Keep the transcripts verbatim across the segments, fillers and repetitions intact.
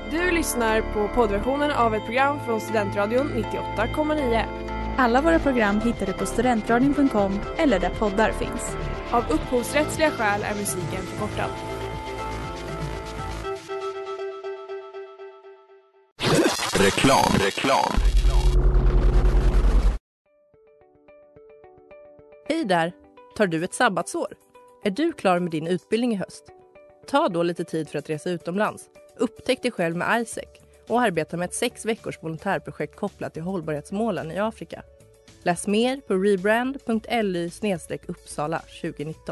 Du lyssnar på poddversionen av ett program från Studentradion nittioåtta komma nio. Alla våra program hittar du på studentradion punkt com eller där poddar finns. Av upphovsrättsliga skäl är musiken förkortad. Reklam, reklam. Hej där! Tar du ett sabbatsår? Är du klar med din utbildning i höst? Ta då lite tid för att resa utomlands. Upptäck dig själv med Isaac och arbeta med ett sex veckors volontärprojekt kopplat till hållbarhetsmålen i Afrika. Läs mer på rebrand punkt l y slash uppsala tjugonitton.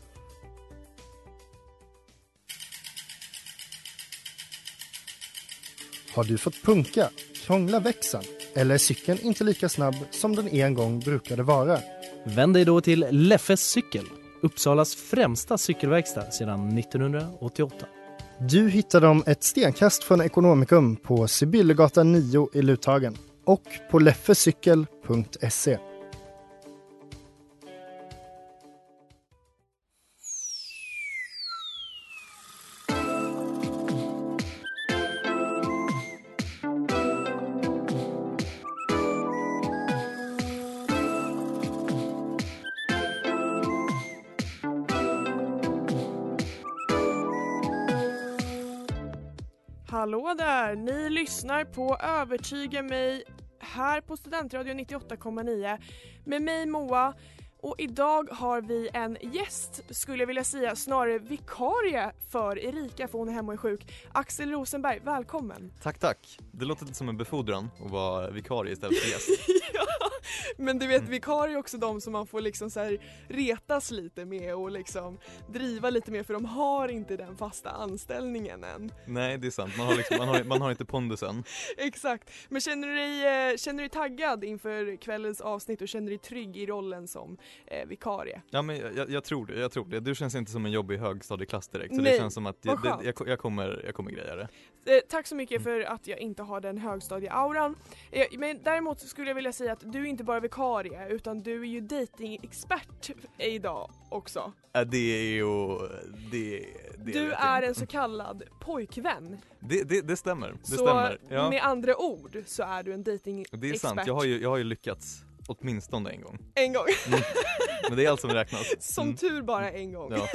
Har du fått punka, krångla växeln eller är cykeln inte lika snabb som den en gång brukade vara? Vänd dig då till Leffes cykel, Uppsalas främsta cykelverkstad sedan nittonhundraåttioåtta. Du hittar dem ett stenkast från Ekonomikum på Sibyllegatan nio i Luthagen och på leffecykel punkt se. Hallå där, ni lyssnar på Övertyga mig här på Studentradion nittioåtta komma nio med mig Moa. Och idag har vi en gäst, skulle jag vilja säga, snarare vikarie för Erika för hon är hemma och är sjuk. Axel Rosenberg, välkommen. Tack, tack. Det låter lite som en befordran att vara vikarie istället för gäst. Ja, men du vet, vikarie är också de som man får liksom så här retas lite med och liksom driva lite med, för de har inte den fasta anställningen än. Nej, det är sant. Man har, liksom, man har, man har inte pondusen. Exakt. Men känner du dig, känner du dig taggad inför kvällens avsnitt och känner du dig trygg i rollen som eh, vikarie? Ja, men jag, jag tror det. Jag tror det. Du känns inte som en jobbig högstadieklass direkt. Så Nej, det känns som att jag, vad det, jag, jag, kommer, jag kommer greja det. Eh, tack så mycket för att jag inte har den högstadieauran. Eh, men däremot skulle jag vilja säga att du är inte bara vikarie utan du är ju dating-expert idag också. Ja, det är ju... Det, det du är en så kallad pojkvän. Det, det, det stämmer. Det så stämmer. Ja. Med andra ord så är du en dating-expert. Det är sant. Jag har ju, jag har ju lyckats åtminstone en gång. En gång. Mm. Men det är allt som räknas. Som mm. tur bara en gång. Ja.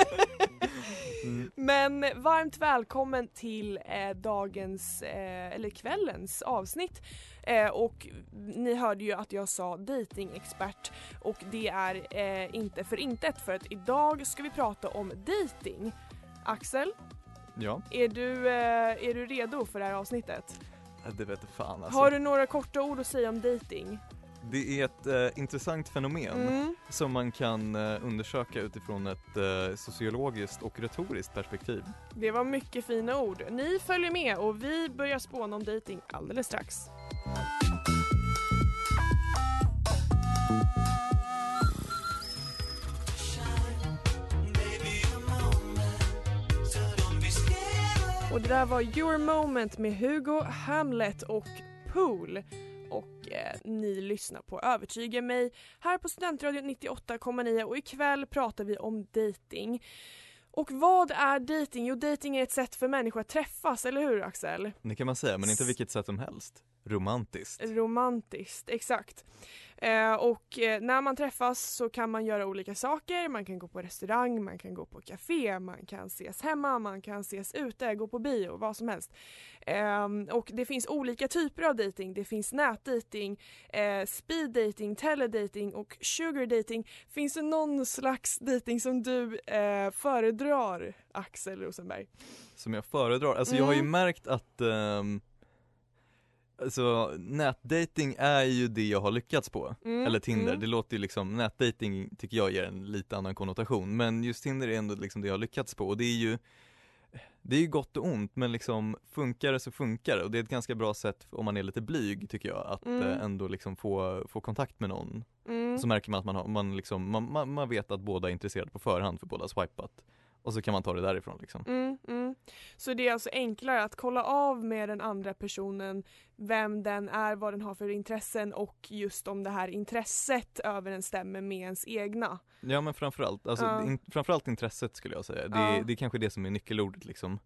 mm. Men varmt välkommen till eh, dagens, eh, eller kvällens avsnitt. Eh, och ni hörde ju att jag sa dating-expert. Och det är eh, inte för intet, för att idag ska vi prata om dating. Axel? Ja. Är du, eh, är du redo för det här avsnittet? Det vet jag fan alltså. Har du några korta ord att säga om dating? Det är ett eh, intressant fenomen Mm. som man kan eh, undersöka utifrån ett eh, sociologiskt och retoriskt perspektiv. Det var mycket fina ord. Ni följer med och vi börjar spåna om dating alldeles strax. Och det där var Your Moment med Hugo, Hamlet och Pool. Och eh, ni lyssnar på Övertyga mig här på Studentradion nittioåtta komma nio och ikväll pratar vi om dating. Och vad är dating? Jo, dating är ett sätt för människor att träffas, eller hur Axel? Det kan man säga, men inte vilket sätt som helst. Romantiskt. Romantiskt, exakt. Eh, och eh, när man träffas så kan man göra olika saker. Man kan gå på restaurang, man kan gå på café, man kan ses hemma, man kan ses ute, gå på bio, vad som helst. Eh, och det finns olika typer av dating. Det finns nätdating, eh, speed dating, teledating och sugar dating. Finns det någon slags dating som du eh, föredrar, Axel Rosenberg? Som jag föredrar? Alltså Mm. jag har ju märkt att... Um... Alltså nätdating är ju det jag har lyckats på. Mm, Eller Tinder, mm. det låter ju liksom, nätdating tycker jag ger en lite annan konnotation. Men just Tinder är ändå liksom det jag har lyckats på. Och det är ju, det är ju gott och ont, men liksom funkar det så funkar det. Och det är ett ganska bra sätt om man är lite blyg tycker jag. Att Mm. eh, ändå liksom få, få kontakt med någon. Mm. Så märker man att man, har, man, liksom, man, man, man vet att båda är intresserade på förhand för båda swipat. Och så kan man ta det därifrån liksom. Mm, mm. Så det är alltså enklare att kolla av med den andra personen vem den är, vad den har för intressen och just om det här intresset överensstämmer med ens egna. Ja, men framförallt, alltså, Ja. in, framförallt intresset skulle jag säga. Det, Ja. det är kanske det som är nyckelordet liksom.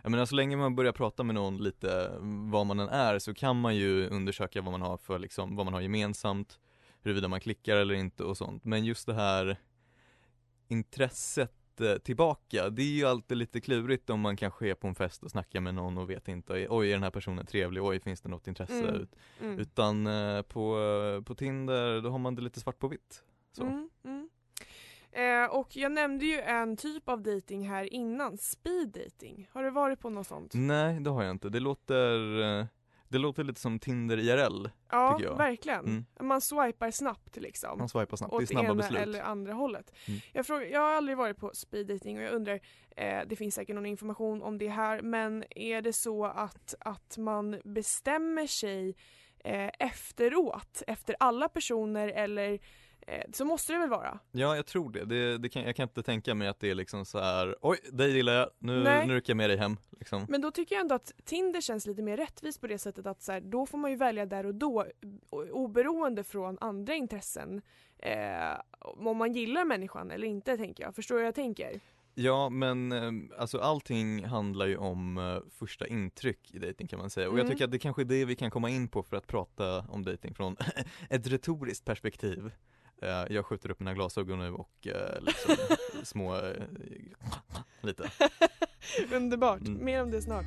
Jag menar, så länge man börjar prata med någon lite vad man än är, så kan man ju undersöka vad man har för liksom, vad man har gemensamt, huruvida man klickar eller inte och sånt. Men just det här intresset eh, tillbaka, det är ju alltid lite klurigt om man kanske är på en fest och snackar med någon och vet inte, oj är den här personen trevlig, oj finns det något intresse Mm. ut. Mm. Utan eh, på, på Tinder, då har man det lite svart på vitt. Så. Mm, mm. Eh, och jag nämnde ju en typ av dating här innan, speed dating. Har du varit på något sånt? Nej, det har jag inte. Det låter, eh, det låter lite som Tinder I R L. Ja, tycker jag. verkligen. Mm. Man swipar snabbt liksom. Man swipar snabbt, det är Åt snabba ena beslut. eller andra hållet. Mm. Jag, frågar, jag har aldrig varit på speed dating och jag undrar, eh, det finns säkert någon information om det här, men är det så att, att man bestämmer sig eh, efteråt, efter alla personer, eller eh, så måste det väl vara? Ja, jag tror det. det, det kan, jag kan inte tänka mig att det är liksom så här: oj, dig gillar jag, nu, Nej. nu rycker jag med dig hem. Liksom. Men då tycker jag ändå att Tinder känns lite mer rättvist på det sättet att så här, då får man ju välja där och då, o- oberoende från andra intressen, eh, om man gillar människan eller inte, tänker jag. Förstår du vad jag tänker? Ja, men eh, alltså allting handlar ju om eh, första intryck i dating, kan man säga. Och Mm. jag tycker att det kanske är det vi kan komma in på för att prata om dating från ett retoriskt perspektiv. Eh, jag skjuter upp mina glasögon nu och eh, liksom små eh, lite. Underbart. Mm. Mer om det snart.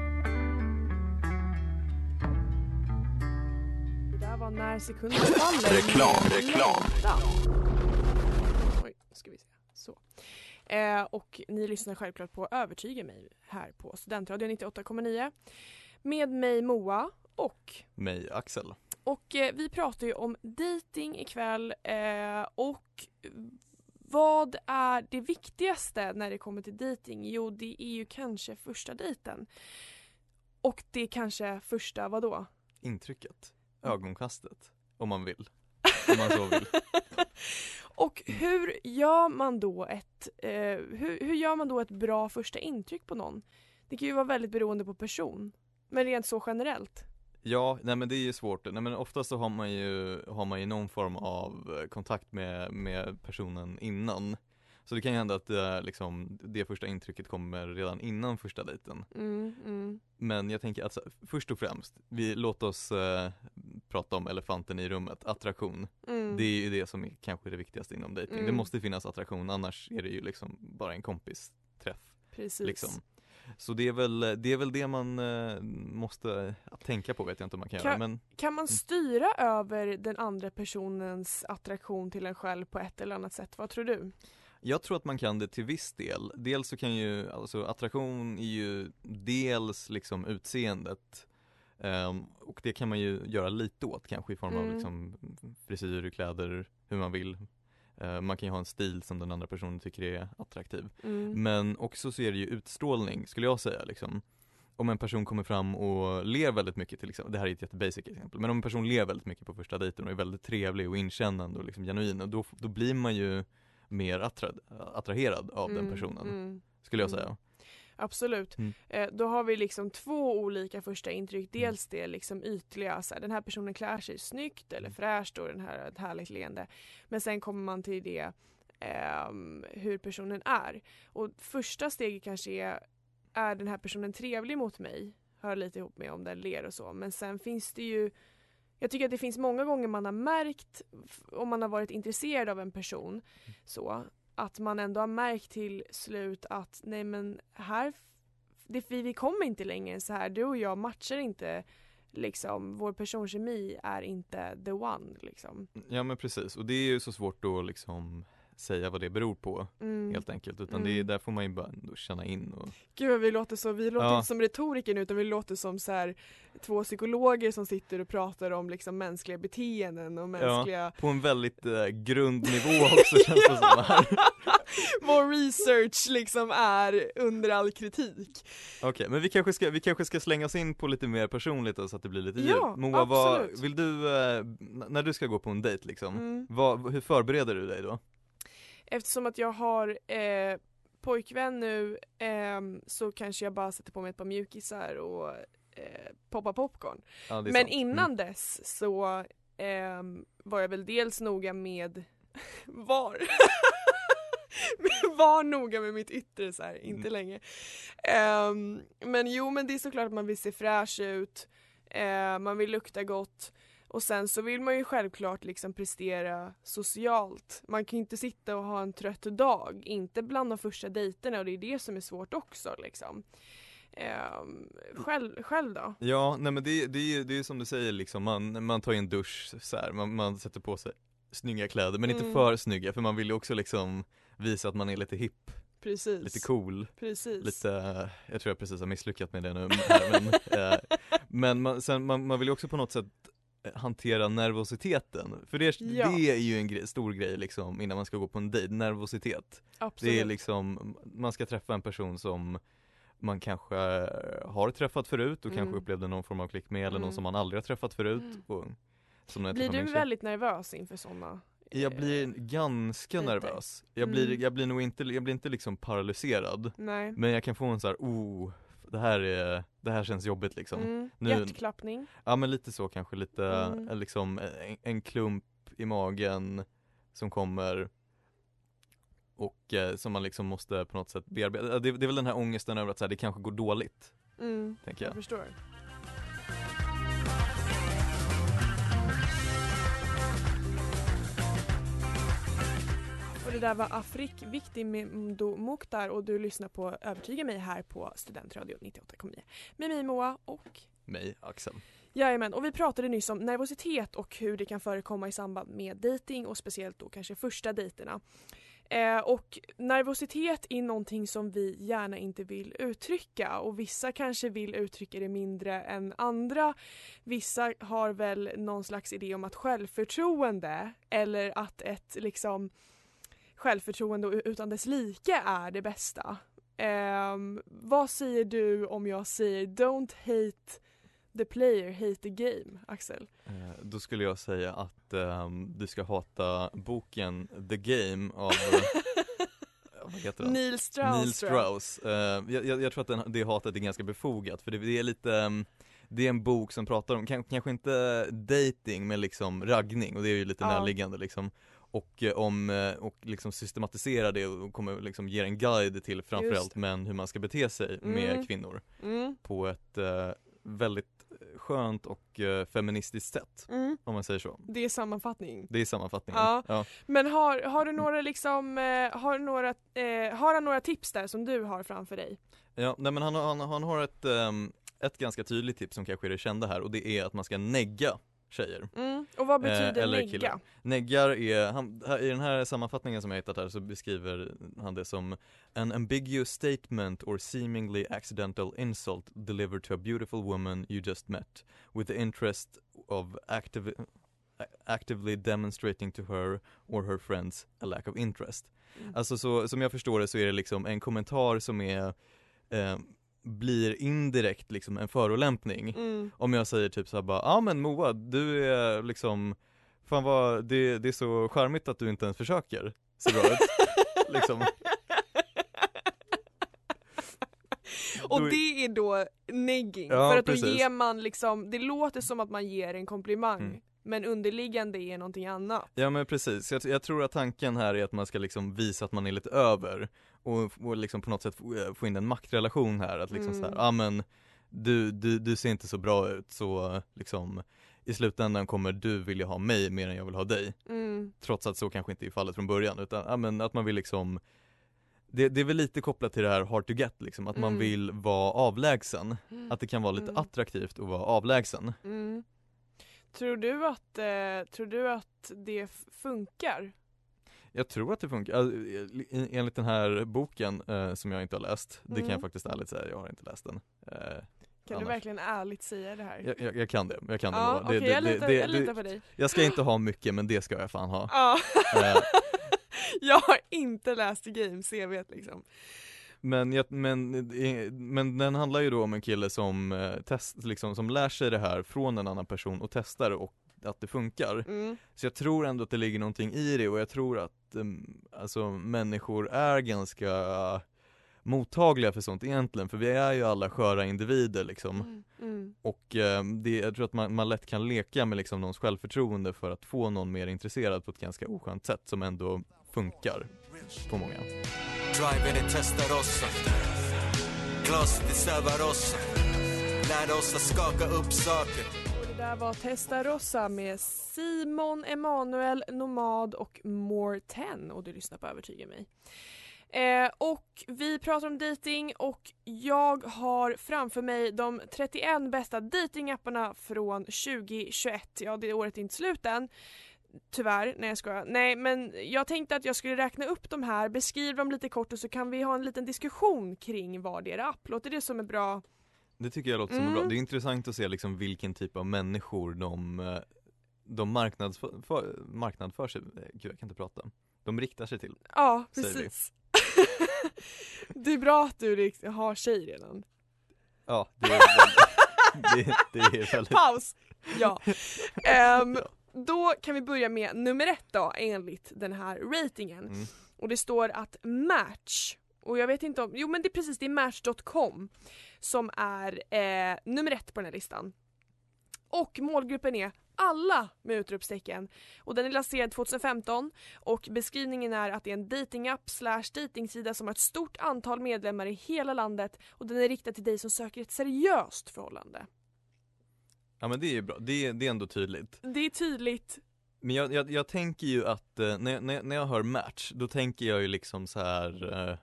Det där var När sekunden faller. Reklam, reklam. Ja. Oj, nu ska vi se. Så. Eh, och ni lyssnar självklart på Övertyga mig här på Studentradion nittioåtta komma nio. Med mig Moa och Mig, Axel. Och eh, vi pratar ju om dating ikväll eh, och vad är det viktigaste när det kommer till dating? Jo, det är ju kanske första dejten. Och det är kanske första, vadå? Intrycket, ögonkastet, om man vill. Om man så vill. Och hur gör man då ett eh, hur, hur gör man då ett bra första intryck på någon? Det kan ju vara väldigt beroende på person. Men rent så generellt. Ja, nej men det är ju svårt. Nej men oftast så har man ju, har man ju någon form av kontakt med, med personen innan. Så det kan ju hända att det, liksom, det första intrycket kommer redan innan första dejten. Mm, mm. Men jag tänker att först och främst, vi låt oss eh, prata om elefanten i rummet, attraktion. Mm. Det är ju det som är kanske det viktigaste inom dejting. Mm. Det måste finnas attraktion, annars är det ju liksom bara en kompisträff. Precis. Liksom. Så det är väl det, är väl det man eh, måste tänka på, vet jag inte om man kan, Kan- göra. Men Kan man styra över den andra personens attraktion till en själv på ett eller annat sätt? Vad tror du? jag tror att man kan det till viss del. Dels så kan ju, alltså attraktion är ju dels liksom utseendet. Um, och det kan man ju göra lite åt kanske i form av Mm. liksom frisyr, kläder, hur man vill. Uh, man kan ju ha en stil som den andra personen tycker är attraktiv. Mm. Men också så är det ju utstrålning, skulle jag säga liksom. Om en person kommer fram och ler väldigt mycket till exempel, det här är ett jättebasic exempel, men om en person ler väldigt mycket på första dejten och är väldigt trevlig och inkännande och liksom genuin, och då, då blir man ju mer attra- attraherad av den Mm, personen, mm. skulle jag Mm. säga. Absolut. Mm. Eh, då har vi liksom två olika första intryck. Dels det liksom ytliga, så här, den här personen klär sig snyggt eller fräscht och den här ett härligt leende. Men sen kommer man till det ehm, hur personen är. Och första steget kanske är, är den här personen trevlig mot mig? Hör lite ihop med om den ler och så. Men sen finns det ju, jag tycker att det finns många gånger man har märkt, f- om man har varit intresserad av en person, så att man ändå har märkt till slut att nej men här, det, vi, vi kommer inte längre så här, du och jag matchar inte, liksom, vår personkemi är inte the one liksom. Ja men precis, och det är ju så svårt att liksom säga vad det beror på, Mm. helt enkelt, utan Mm. det är, där får man ju bara ändå känna in och... Gud vad vi låter så, vi låter Ja. inte som retoriker nu, utan vi låter som så här, två psykologer som sitter och pratar om liksom mänskliga beteenden och mänskliga På en väldigt eh, grundnivå också känns det som här. vår research liksom är under all kritik. Okej, men vi kanske, ska, vi kanske ska slänga oss in på lite mer personligt då, så att det blir lite Ja, djupt. Moa, vad, absolut. vill du, eh, n- när du ska gå på en dejt liksom, Mm. vad, hur förbereder du dig då? Eftersom att jag har eh, pojkvän nu ehm, så kanske jag bara sätter på mig ett par mjukisar och eh, poppar popcorn. Ja, det är Men sant. innan Mm. dess så ehm, var jag väl dels noga med var. Var noga med mitt yttre så här, inte mm. längre. Um, men jo, men det är såklart att man vill se fräsch ut. Uh, man vill lukta gott. Och sen så vill man ju självklart liksom prestera socialt. Man kan ju inte sitta och ha en trött dag. Inte bland de första dejterna, och det är det som är svårt också liksom. Um, själv, själv då? Ja, nej men det, det, är, det är som du säger liksom, man, man tar en dusch så här, man, man sätter på sig snygga kläder, men mm. inte för snygga, för man vill ju också liksom visa att man är lite hipp. Precis. Lite cool. Precis. Lite, jag tror jag precis har misslyckat med det nu här, men, eh, men man, sen, man, man vill ju också på något sätt hantera nervositeten, för det, ja. det är ju en grej, stor grej liksom innan man ska gå på en dejt, nervositet. Absolut. Det är liksom, man ska träffa en person som man kanske har träffat förut och mm. kanske upplevde någon form av klick med, eller mm. någon som man aldrig har träffat förut. Mm. Och, som blir du väldigt nervös inför sådana? Jag blir ganska lite. nervös. Jag blir, mm. jag blir nog inte, jag blir inte liksom paralyserad. Nej. Men jag kan få en så här, oh, det här är, det här känns jobbigt liksom. Mm. Nu, hjärtklappning. Ja, men lite så kanske, lite mm. liksom en, en klump i magen som kommer. Och eh, som man liksom måste på något sätt bearbeta. Det, det är väl den här ångesten över att så här, det kanske går dåligt. Mm, tänker jag. jag förstår. Och det där var Afrik Viktig med Mdo Mukhtar, och du lyssnar på Övertyga mig här på Studentradio nittioåtta komma nio. Med mig Moa och mig Axel. Jajamän, och vi pratade nyss om nervositet och hur det kan förekomma i samband med dating, och speciellt då kanske första dejterna. Eh, och nervositet är någonting som vi gärna inte vill uttrycka, och vissa kanske vill uttrycka det mindre än andra. Vissa har väl någon slags idé om att självförtroende, eller att ett liksom självförtroende utan dess like är det bästa. Eh, vad säger du om jag säger don't hate the player, hate the game, Axel? Eh, då skulle jag säga att eh, du ska hata boken The Game av vad heter den? Neil Strauss. Neil Strauss. Eh, jag, jag, jag tror att den, det hatet är ganska befogat, för det, det är lite um, det är en bok som pratar om, kanske inte dating, men liksom raggning, och det är ju lite ja. närliggande liksom. Och eh, om och liksom systematisera det och kommer liksom ge en guide till framförallt män hur man ska bete sig mm. med kvinnor mm. på ett eh, väldigt skönt och uh, feministiskt sätt, mm. om man säger så. Det är sammanfattning. Det är sammanfattningen. Ja. Ja. Men har, har du några liksom eh, har du några eh, har han några tips där som du har framför dig? Ja, nej men han, han, han har ett um, ett ganska tydligt tips som kanske är det kända här, och det är att man ska negga tjejer. Mm. Och vad betyder eh, negga? Killar. Neggar är, han, här, i den här sammanfattningen som jag hittat här så beskriver han det som an ambiguous statement or seemingly accidental insult delivered to a beautiful woman you just met with the interest of active, actively demonstrating to her or her friends a lack of interest. Mm. Alltså så, som jag förstår det så är det liksom en kommentar som är eh, blir indirekt liksom en förolämpning. Mm. Om jag säger typ så här bara, ja ah, men Moa, du är liksom fan vad, det, det är så charmigt att du inte ens försöker. Så bra ut. liksom. Och det är då negging, ja, för att precis. då ger man liksom, det låter som att man ger en komplimang. Mm. Men underliggande är någonting annat. Ja men precis, jag, jag tror att tanken här är att man ska liksom visa att man är lite över och, och liksom på något sätt få, få in en maktrelation här, att liksom mm. så här, ja men du, du, du ser inte så bra ut, så liksom i slutändan kommer du vilja ha mig mer än jag vill ha dig. Mm. Trots att så kanske inte är fallet från början, utan ja, men att man vill liksom det, det är väl lite kopplat till det här hard to get liksom, att mm. man vill vara avlägsen, mm. att det kan vara lite mm. attraktivt att vara avlägsen. Mm. Tror du att eh, tror du att det f- funkar? Jag tror att det funkar. Alltså, enligt den här boken eh, som jag inte har läst, mm. det kan jag faktiskt ärligt säga, jag har inte läst den. Eh, kan annars. Du verkligen ärligt säga det här? Jag, jag, jag kan det, jag kan ja, det. Okej, det, jag, det, litar, det, jag litar det, på dig. Jag ska inte ha mycket, men det ska jag fan ha. Ja. Eh. Jag har inte läst The Game, så jag vet liksom. Men, jag, men, men den handlar ju då om en kille som, eh, test, liksom, som lär sig det här från en annan person och testar och att det funkar. Mm. Så jag tror ändå att det ligger någonting i det, och jag tror att um, alltså, människor är ganska mottagliga för sånt egentligen, för vi är ju alla sköra individer liksom. Mm. Mm. Och um, det, jag tror att man, man lätt kan leka med liksom, någons självförtroende för att få någon mer intresserad på ett ganska oskönt sätt som ändå funkar. på många. Driven i Testarossa, glaset i Savarossa, lärde oss att skaka upp saker. Det där var Testarossa med Simon, Emanuel, Nomad och More ten, och du lyssnar på Övertyga mig. Eh, och vi pratar om dating och jag har framför mig de trettioen bästa datingapparna från tjugohundratjugoett. Ja, det året är inte slut än. Tyvärr, nej jag skojar. Nej, men jag tänkte att jag skulle räkna upp de här, beskriva dem lite kort och så kan vi ha en liten diskussion kring vad det är app. Låter det som är bra? Det tycker jag låter som Mm. är bra. Det är intressant att se liksom vilken typ av människor de, de marknadsför, för, marknadsför sig. Gud, jag kan inte prata. De riktar sig till. Ja, Säger vi. precis. Det är bra att du liksom har tjej redan. Ja, det är, det, det är väldigt... Paus! Ja. Ehm, då kan vi börja med nummer ett då, enligt den här ratingen. Mm. Och det står att Match, och jag vet inte om, jo men det är precis, det är Match punkt com som är eh, nummer ett på den här listan. Och målgruppen är alla med utropstecken. Och den är lanserad tjugohundrafemton och beskrivningen är att det är en datingapp slash datingsida som har ett stort antal medlemmar i hela landet och den är riktad till dig som söker ett seriöst förhållande. Ja, men det är ju bra. Det är, det är ändå tydligt. Det är tydligt. Men jag, jag, jag tänker ju att eh, när, när, när jag hör Match, då tänker jag ju liksom så här eh,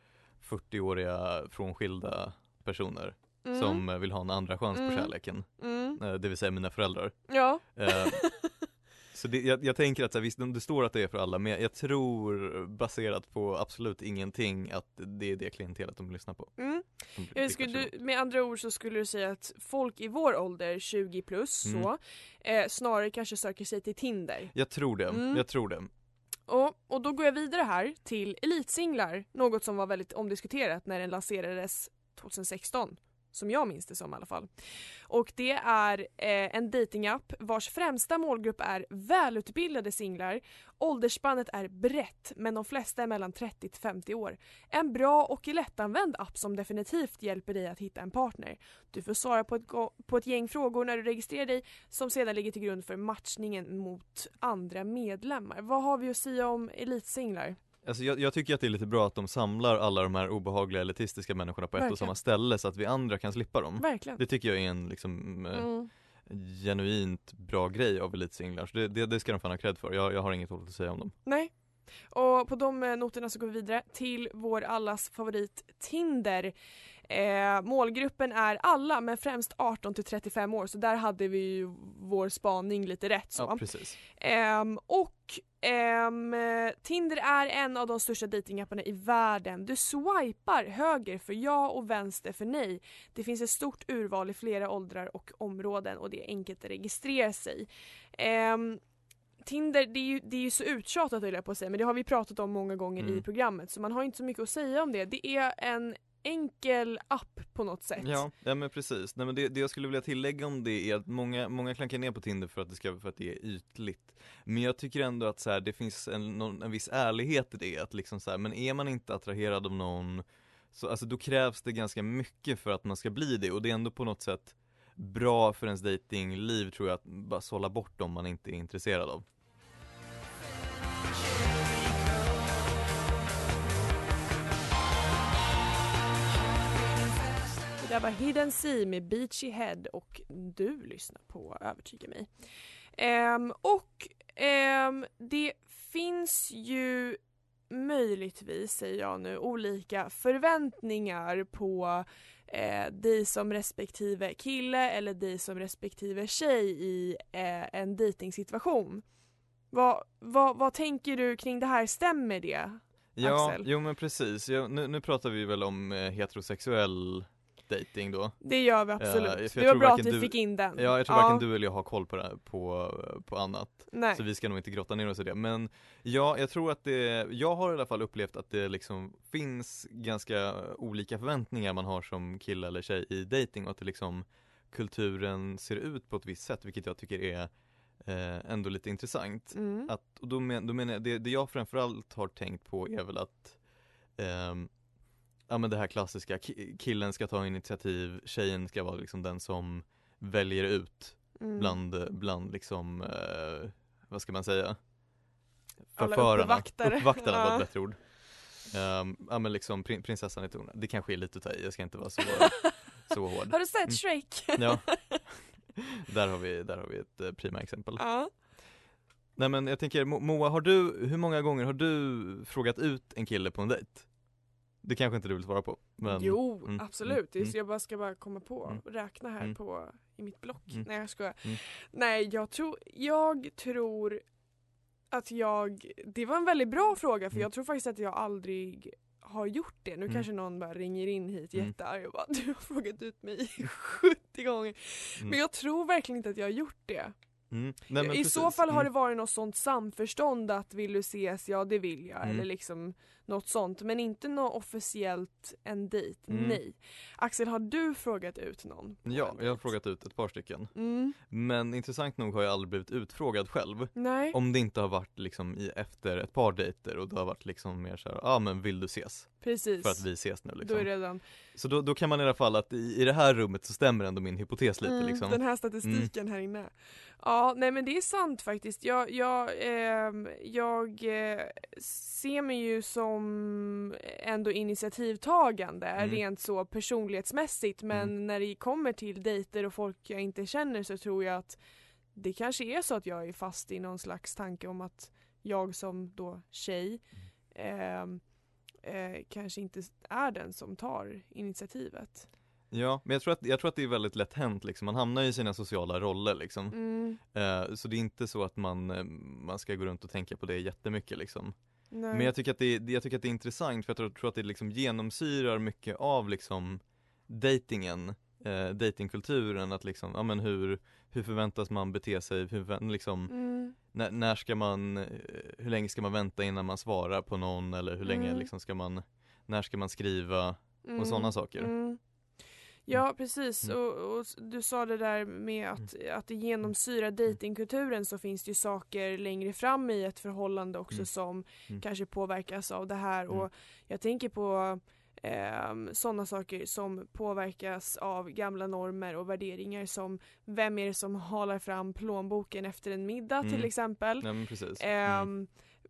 fyrtioåriga frånskilda personer Mm. som eh, vill ha en andra chans Mm. på kärleken. Mm. Eh, det vill säga mina föräldrar. Ja. Eh, så det, jag, jag tänker att så här, visst, det står att det är för alla, men jag, jag tror baserat på absolut ingenting att det är det klientelet de lyssnar på. Mm. De Jag riktar skulle, sig du, med andra ord så skulle du säga att folk i vår ålder, tjugo plus, Mm. så, eh, snarare kanske söker sig till Tinder. Jag tror det, Mm. jag tror det. Och, och då går jag vidare här till elitsinglar, något som var väldigt omdiskuterat när den lanserades tjugohundrasexton. Som jag minns det som i alla fall. Och det är eh, en datingapp vars främsta målgrupp är välutbildade singlar. Åldersspannet är brett men de flesta är mellan trettio till femtio år. En bra och lättanvänd app som definitivt hjälper dig att hitta en partner. Du får svara på ett, go- på ett gäng frågor när du registrerar dig som sedan ligger till grund för matchningen mot andra medlemmar. Vad har vi att säga om elitsinglar? Alltså jag, jag tycker att det är lite bra att de samlar alla de här obehagliga elitistiska människorna på ett Verkligen. och samma ställe så att vi andra kan slippa dem. Verkligen. Det tycker jag är en liksom eh, Mm. genuint bra grej av elitsinglar. Så det, det, det ska de fan ha cred för. Jag, jag har inget dåligt att säga om dem. Nej. Och på de eh, noterna så går vi vidare till vår allas favorit Tinder. Eh, målgruppen är alla men främst arton till trettiofem år så där hade vi ju vår spaning lite rätt så. Ja, precis. Ehm, och ehm, Tinder är en av de största datingapparna i världen. Du swipar höger för ja och vänster för nej. Det finns ett stort urval i flera åldrar och områden och det är enkelt att registrera sig. Ehm, Tinder, det är, ju, det är ju så uttjatat höll jag på att säga, men det har vi pratat om många gånger Mm. i programmet så man har inte så mycket att säga om det. Det är en enkel app på något sätt. Ja, ja men precis. Nej, men det, det jag skulle vilja tillägga om det är att många, många klankar ner på Tinder för att det, ska, för att det är ytligt. Men jag tycker ändå att så här, det finns en, någon, en viss ärlighet i det. Att liksom så här, men är man inte attraherad av någon så alltså, då krävs det ganska mycket för att man ska bli det. Och det är ändå på något sätt bra för ens datingliv tror jag att bara sålla bort dem man inte är intresserad av. Det var Hidden Sea med Beachy Head och du lyssnar på Övertyga mig. Ehm, och ehm, det finns ju möjligtvis, säger jag nu, olika förväntningar på eh, dig som respektive kille eller dig som respektive tjej i eh, en dejtingsituation. Vad, vad, vad tänker du kring det här? Stämmer det, Ja, Axel? jo men precis. Ja, nu, nu pratar vi väl om eh, heterosexuell dating då. Det gör vi absolut. Eh, för jag det var tror bra att varken vi du- fick in den. Ja, jag tror varken du eller jag har koll på, det, på, på annat. Nej. Så vi ska nog inte grotta ner oss i det. Men ja, jag tror att det, jag har i alla fall upplevt att det liksom finns ganska olika förväntningar man har som kille eller tjej i dating och att det liksom kulturen ser ut på ett visst sätt, vilket jag tycker är eh, ändå lite intressant. Mm. Att, och då, men, då menar jag, det, det jag framförallt har tänkt på är väl att ehm, ja men det här klassiska, ki- killen ska ta initiativ, tjejen ska vara liksom den som väljer ut Mm. bland, bland liksom, eh, vad ska man säga? Alla Förförarna, uppvaktare. uppvaktarna var Ja. ett bättre ord. Um, ja men liksom prin- prinsessan i tornet. Det kanske är lite att ta i, jag ska inte vara så, så hård. Har du sett Shrek? Mm. Ja. där, har vi, där har vi ett uh, prima exempel. Ja. Nej men jag tänker, Mo- Moa, har du, hur många gånger har du frågat ut en kille på en dejt? Det kanske inte du vill svara på. Men, Jo, mm, absolut. Mm, Det är så jag bara ska bara komma på Mm. och räkna här Mm. på i mitt block. Mm. Nej, jag skojar. Mm. Nej, jag tror, jag tror att jag, det var en väldigt bra fråga för Mm. jag tror faktiskt att jag aldrig har gjort det. Nu Mm. kanske någon bara ringer in hit Mm. jättearg och bara du har frågat ut mig sjuttio gånger. Mm. Men jag tror verkligen inte att jag har gjort det. Mm. Nej, men I precis. så fall har det Mm. varit något sånt samförstånd att vill du ses, ja det vill jag. Mm. Eller liksom något sånt. Men inte något officiellt en dejt, Mm. nej. Axel, har du frågat ut någon? på Ja, en jag har dejt? frågat ut ett par stycken. Mm. Men intressant nog har jag aldrig blivit utfrågad själv. Nej. Om det inte har varit liksom i, efter ett par dejter och det har varit liksom mer så här, ja ah, men vill du ses? Precis. För att vi ses nu Då liksom. är det redan Så då, då kan man i alla fall att i, i det här rummet så stämmer ändå min hypotes lite mm, liksom. den här statistiken här inne. Ja, nej men det är sant faktiskt. Jag, jag, ehm, jag eh, ser mig ju som ändå initiativtagande Mm. rent så personlighetsmässigt, men Mm. när det kommer till dejter och folk jag inte känner så tror jag att det kanske är så att jag är fast i någon slags tanke om att jag som då tjej ehm, eh, kanske inte är den som tar initiativet. Ja, men jag tror, att, jag tror att det är väldigt lätt hänt liksom. Man hamnar i sina sociala roller liksom. Mm, Eh, så det är inte så att man, eh, man ska gå runt och tänka på det jättemycket liksom. nej. Men jag tycker att det, är- jag tycker att det är intressant för jag tror, tror att det liksom genomsyrar mycket av liksom datingen, eh, datingkulturen, att liksom, ja men hur, hur förväntas man bete sig, hur, förvä- liksom, Mm, när, när ska man, eh, hur länge ska man vänta innan man svarar på någon, eller hur länge Mm. liksom ska man, när ska man skriva mm, och sådana saker. mm. Ja, precis. Mm. Och, och s- du sa det där med att, att det genomsyrar datingkulturen, så finns det ju saker längre fram i ett förhållande också Mm. som Mm. kanske påverkas av det här. Mm. Och jag tänker på eh, sådana saker som påverkas av gamla normer och värderingar, som vem är det som halar fram plånboken efter en middag Mm. till exempel. Ja men precis. Ehm, Mm.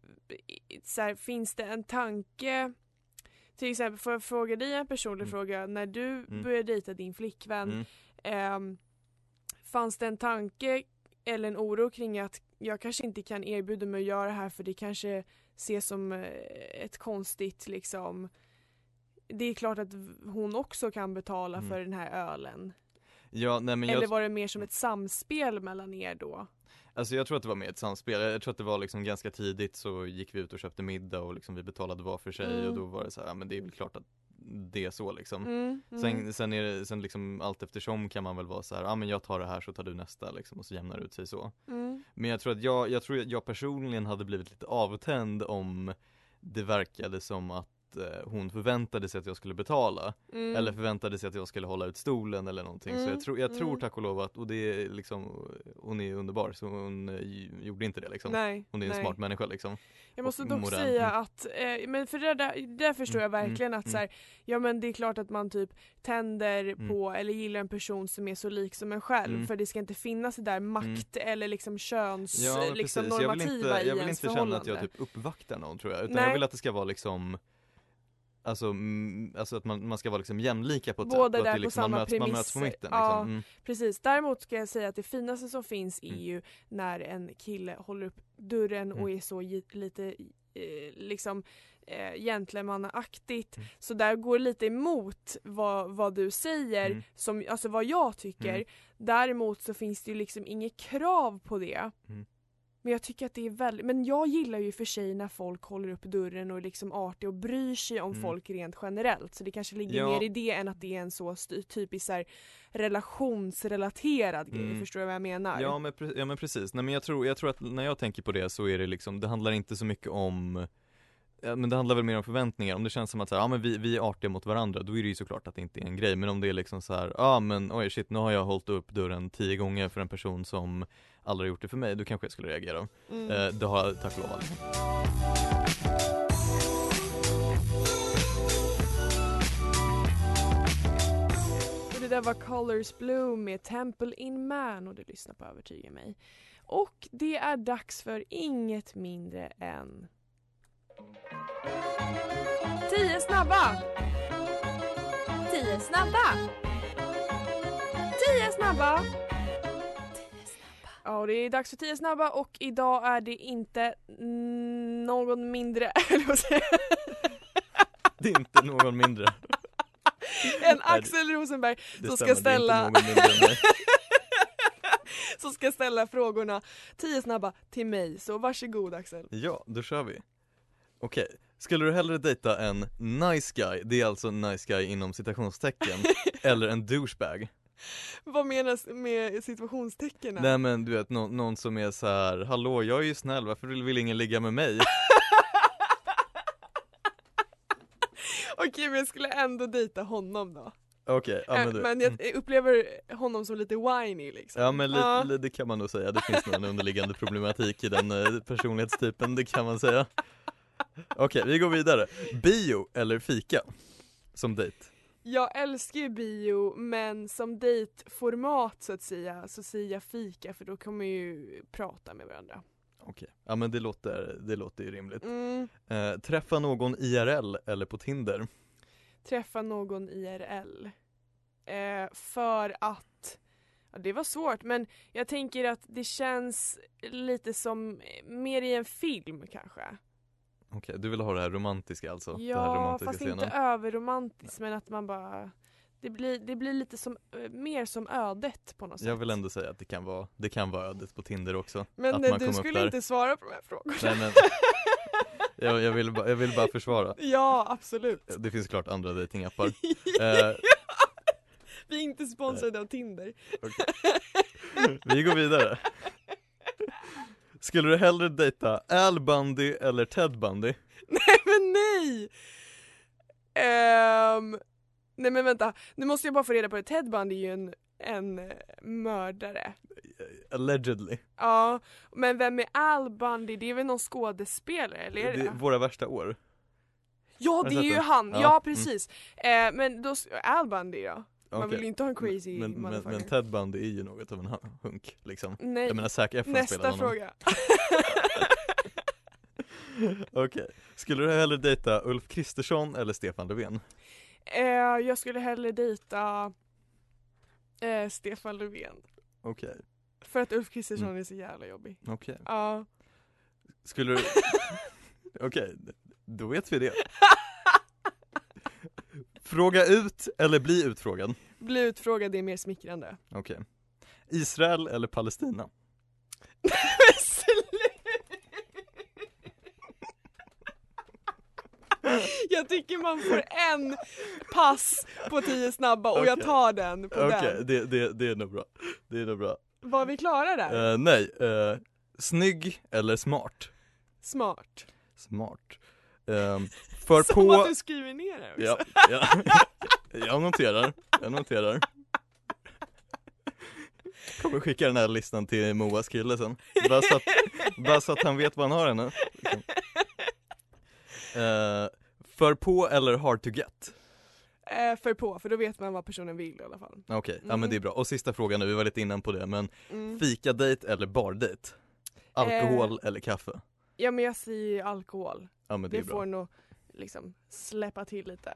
så här, finns det en tanke, till exempel för att fråga dig en personlig Mm. fråga, när du Mm. började dejta din flickvän, Mm. ehm, fanns det en tanke eller en oro kring att jag kanske inte kan erbjuda mig att göra det här för det kanske ses som eh, ett konstigt liksom, det är klart att v- hon också kan betala Mm. för den här ölen. Ja, nej men Eller jag, var det mer som ett samspel mellan er då? alltså jag tror att det var mer ett samspel. Jag tror att det var liksom ganska tidigt så gick vi ut och köpte middag och liksom vi betalade var för sig Mm. och då var det så här, ja men det är väl klart att det är så liksom. Mm, mm. Sen, sen är det, sen liksom allt eftersom kan man väl vara så här, ja men jag tar det här så tar du nästa liksom och så jämnar det ut sig så. Mm. Men jag tror att jag, jag tror att jag personligen hade blivit lite avtänd om det verkade som att eh, hon förväntade sig att jag skulle betala. Mm. Eller förväntade sig att jag skulle hålla ut stolen eller någonting. Så Mm, jag tror, jag tror mm. tack och lov att, och det är liksom, hon är underbar så hon eh, gjorde inte det liksom. Nej, Hon är en nej. smart människa liksom. Jag måste och dock modern. säga Mm. att, eh, men för det där, där förstår Mm, jag verkligen mm, att mm. så här, ja men det är klart att man typ tänder Mm. på eller gillar en person som är så lik som en själv, Mm. för det ska inte finnas det där makt eller liksom köns Ja men liksom precis, jag vill inte, normativa i jag vill ens inte känna att jag förhållande. typ uppvaktar någon tror jag. Utan Nej. jag vill att det ska vara liksom Alltså, mm, alltså att man, man ska vara liksom jämlika på ett Båda sätt och att där det på liksom, samma man, möts, man möts på premisser. mitten Ja. liksom. Mm. Precis, däremot ska jag säga att det finaste som finns är Mm. ju när en kille håller upp dörren Mm. och är så gi- lite eh, liksom eh, gentlemannaaktigt. Mm. Så där går lite emot vad, vad du säger, Mm. som, alltså vad jag tycker. Mm. Däremot så finns det ju liksom inget krav på det. Mm. Men jag tycker att det är väldigt, men jag gillar ju för sig när folk håller upp dörren och är liksom artig och bryr sig om Mm. folk rent generellt. Så det kanske ligger Ja. mer i det än att det är en så st- typisk så här, relationsrelaterad grej. Mm. Förstår du vad jag menar? Ja men, pre- ja men precis, nej men jag tror, jag tror att när jag tänker på det så är det liksom, det handlar inte så mycket om ja, men det handlar väl mer om förväntningar. Om det känns som att så här, ja, men vi, vi är artiga mot varandra, då är det ju såklart att det inte är en grej. Men om det är liksom så här, ja ah, men oj shit, nu har jag hållit upp dörren tio gånger för en person som aldrig har gjort det för mig, då kanske jag skulle reagera. Mm. Eh, det har jag tack och lov aldrig. Och det där var Colors Blue med Temple in Man och du lyssnar på Övertyga mig. Och det är dags för inget mindre än snabba! Tio snabba! Tio snabba! Ja, det är dags för tio snabba och idag är det inte mm, någon mindre, eller vad säger jag? Det är inte någon mindre. En Axel Rosenberg Det som stämmer, ska ställa det är inte någon mindre än mig. som ska ställa frågorna tio snabba till mig. Så varsågod Axel. Ja, då kör vi. Okej, skulle du hellre dejta en nice guy, det är alltså nice guy inom citationstecken, eller en douchebag? Vad menas med situationstecken? Nej men du vet, nå- någon som är så här: hallå jag är ju snäll, varför vill, vill ingen ligga med mig? Okej, men jag skulle ändå dejta honom då. Okej, ja men du. Men jag upplever honom som lite whiny liksom. Ja men lite, Ja. li- det kan man nog säga, det finns nog en underliggande problematik i den eh, personlighetstypen, det kan man säga. Okej, vi går vidare. Bio eller fika som dejt? Jag älskar ju bio, men som dejtformat så att säga så säger jag fika, för då kommer man ju prata med varandra. Okej, ja men det låter, det låter ju rimligt. Mm. Eh, träffa någon I R L eller på Tinder? Träffa någon I R L. Eh, för att, ja, det var svårt, men jag tänker att det känns lite som mer i en film kanske. Okej, du vill ha det här romantiska alltså? det här Ja, romantiska fast scenen. inte överromantiskt, men att man bara, det blir, det blir lite som, eh, mer som ödet på något sätt. Jag vill ändå säga att det kan vara, det kan vara ödet på Tinder också. Men att nej, man du kom upp skulle där. inte svara på de här frågorna. Nej, men, jag, jag, vill bara, jag vill bara försvara. Ja, absolut. Det finns klart andra datingappar. eh, Vi är inte sponsrade av Tinder. vi går vidare. Skulle du hellre dejta Al Bundy eller Ted Bundy? Nej men nej! Um, nej men vänta, nu måste jag bara få reda på det. Ted Bundy är ju en, en eh, mördare. Allegedly. Ja, men vem är Al Bundy? Det är väl någon skådespelare, eller är det? Det är våra värsta år. Ja, Har det du är sett ju den? han. Ja, Ja, precis. Eh, men då, Al Bundy då? Man Okej. vill ju inte ha en crazy men, men, motherfucker. men Ted Bundy är ju något av en hu- hunk liksom. Nej. Jag menar Zac Efron spelade Nästa honom. fråga. Okej, skulle du hellre dejta Ulf Kristersson eller Stefan Löfven? Eh, jag skulle hellre dejta eh, Stefan Löfven. Okej, För att Ulf Kristersson Mm. är så jävla jobbig. okej. Ja. Skulle du... Okej, då vet vi det. Fråga ut eller bli utfrågad? Bli utfrågad är mer smickrande. Okej. Israel eller Palestina? Jag tycker man får en pass på tio snabba och jag Okej. tar den på Okej, den. det, det, det är nog bra. Det är nog bra. Var vi klara där? Eh, nej, uh, snygg eller smart? Smart. Smart. Um, för Som på... att du skriver ner det också. Ja, ja. Jag noterar, jag noterar. Kommer skicka den här listan till Moas kille sen. Bara så att, bara så att han vet vad han har henne. Liksom. Uh, för på eller hard to get? Eh, för på, för då vet man vad personen vill i alla fall. Okej, okay, ja Mm. men det är bra. Och sista frågan nu, vi var lite innan på det, men Mm. fika-date eller bar-date? Alkohol eller kaffe? Ja, men jag säger alkohol. Ja men det, Det är bra. får nog liksom släppa till lite.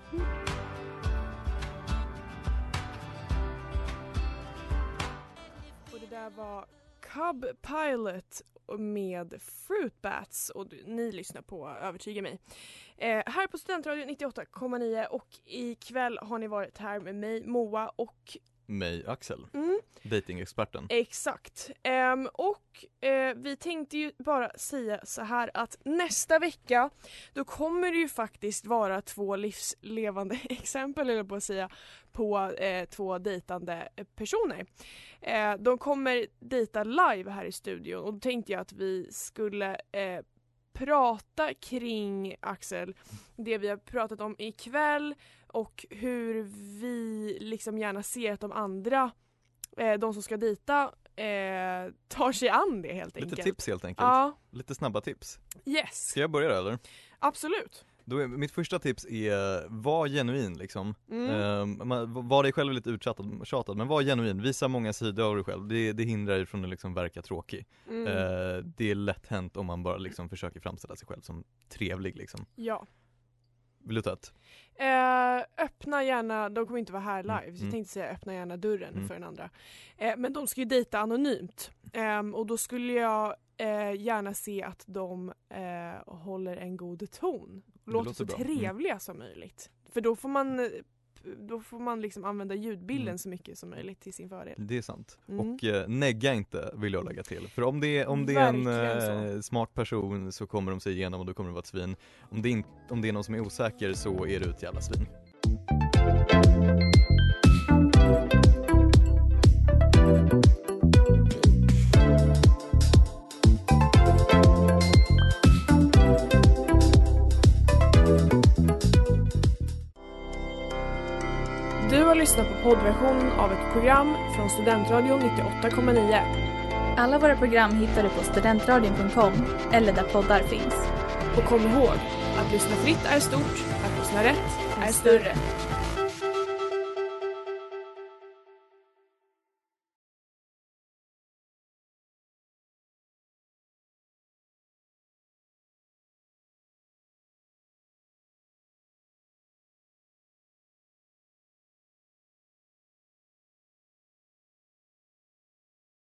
Och det där var Cub Pilot med Fruit Bats och du, ni lyssnar på Övertyga mig. Eh, här på Studentradion nittioåtta komma nio och ikväll har ni varit här med mig, Moa och Mig, Axel. mm, Datingexperten. exakt. Ehm, och eh, vi tänkte ju bara säga så här att nästa vecka då kommer det ju faktiskt vara två livslevande exempel, eller på att säga, på eh, två dejtande personer. Eh, de kommer dejta live här i studion och då tänkte jag att vi skulle eh, prata kring, Axel, det vi har pratat om ikväll och hur vi liksom gärna ser att de andra, eh, de som ska dejta, eh, tar sig an det helt enkelt. Lite tips helt enkelt. Ja, Lite snabba tips. yes. Ska jag börja eller? Absolut. Då är, mitt första tips är, var genuin liksom. Mm. Um, man, var dig själv lite uttjatad, tjatad, men var genuin. Visa många sidor av dig själv. Det, det hindrar dig från att liksom verka tråkig. Mm. Uh, det är lätt hänt om man bara liksom försöker framställa sig själv som trevlig liksom. Ja. Vill du ta ett? Eh, öppna gärna, de kommer inte vara här live, Mm. så jag tänkte säga öppna gärna dörren Mm. för den andra. Eh, men de ska ju dejta anonymt. Eh, och då skulle jag eh, gärna se att de eh, håller en god ton. Det Låter låter så bra. trevliga Mm. som möjligt. För då får man, då får man liksom använda ljudbilden Mm. så mycket som möjligt till sin fördel. Det är sant. Mm. Och eh, negga inte, vill jag lägga till. För om det är, om det är en Verkligen eh, smart person så kommer de sig igenom och då kommer det vara ett svin. Om det, in, om det är någon som är osäker så är du ett jävla svin. Du har lyssnat på poddversion av ett program från Studentradion nittioåtta komma nio. Alla våra program hittar du på studentradion punkt com eller där poddar finns. Och kom ihåg, att lyssna fritt är stort, att lyssna rätt är större.